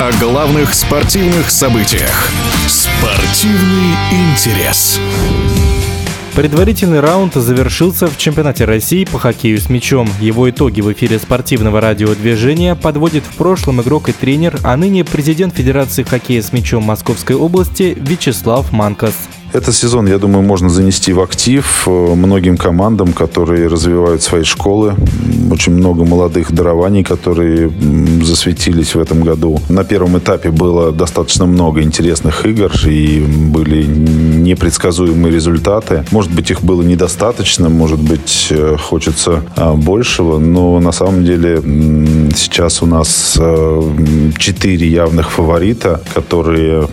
о главных спортивных событиях. Спортивный интерес. Предварительный раунд завершился в чемпионате России по хоккею с мячом. Его итоги в эфире спортивного радиодвижения подводит в прошлом игрок и тренер, а ныне президент Федерации хоккея с мячом Московской области Вячеслав Манкас. Этот сезон, я думаю, можно занести в актив многим командам, которые развивают свои школы. Очень много молодых дарований, которые засветились в этом году. На первом этапе было достаточно много интересных игр и были непредсказуемые результаты. Может быть, их было недостаточно, может быть, хочется большего, но на самом деле сейчас у нас 4 явных фаворита, которые,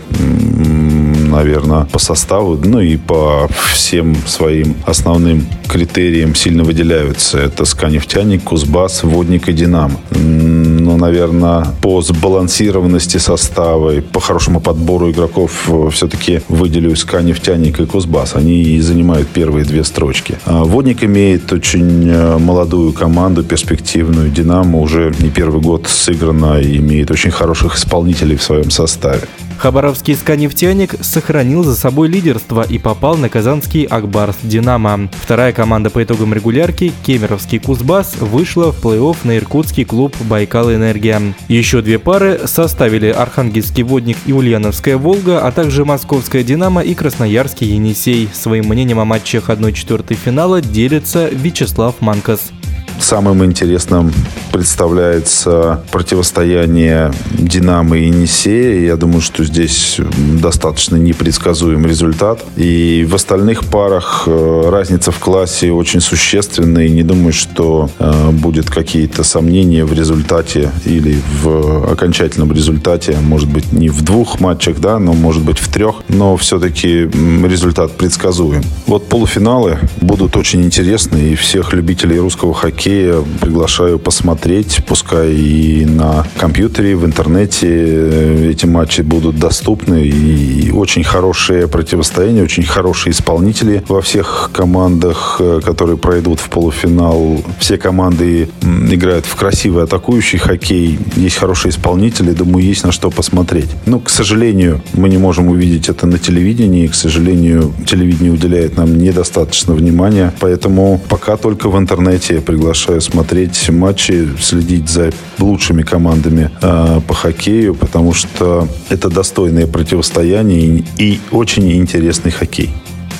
наверное, по составу, ну и по всем своим основным критериям сильно выделяются. Это «СКА-Нефтяник», «Кузбасс», «Водник» и «Динамо». Но, наверное, по сбалансированности состава и по хорошему подбору игроков все-таки выделю «СКА-Нефтяник» и «Кузбасс». Они и занимают первые 2 строчки. «Водник» имеет очень молодую команду, перспективную. «Динамо» уже не первый год сыграна и имеет очень хороших исполнителей в своем составе. Хабаровский «СКА-Нефтяник» сохранил за собой лидерство и попал на казанский «Ак-Барс» «Динамо». Вторая команда по итогам регулярки, кемеровский «Кузбасс», вышла в плей-офф на иркутский клуб «Байкал-Энергия». Еще 2 пары составили архангельский «Водник» и ульяновская «Волга», а также московская «Динамо» и красноярский «Енисей». Своим мнением о матчах 1/4 финала делится Вячеслав Манкас. Самым интересным представляется противостояние «Динамо» и «Енисея». Я думаю, что здесь достаточно непредсказуемый результат. И в остальных парах разница в классе очень существенная. И не думаю, что будет какие-то сомнения в результате или в окончательном результате. Может быть, не в 2 матчах, да, но может быть в 3. Но все-таки результат предсказуем. Вот полуфиналы будут очень интересны. И всех любителей русского хоккея приглашаю посмотреть, пускай и на компьютере, в интернете эти матчи будут доступны. И очень хорошее противостояние, очень хорошие исполнители во всех командах, которые пройдут в полуфинал. Все команды играют в красивый атакующий хоккей. Есть хорошие исполнители, думаю, есть на что посмотреть. Но, к сожалению, мы не можем увидеть это на телевидении. К сожалению, телевидение уделяет нам недостаточно внимания. Поэтому пока только в интернете приглашаю смотреть матчи, следить за лучшими командами по хоккею, потому что это достойное противостояние и очень интересный хоккей.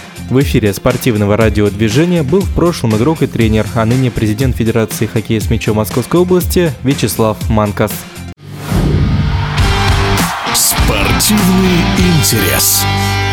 В эфире спортивного радиодвижения был в прошлом игрок и тренер, а ныне президент Федерации хоккея с мячом Московской области Вячеслав Манкас. Спортивный интерес.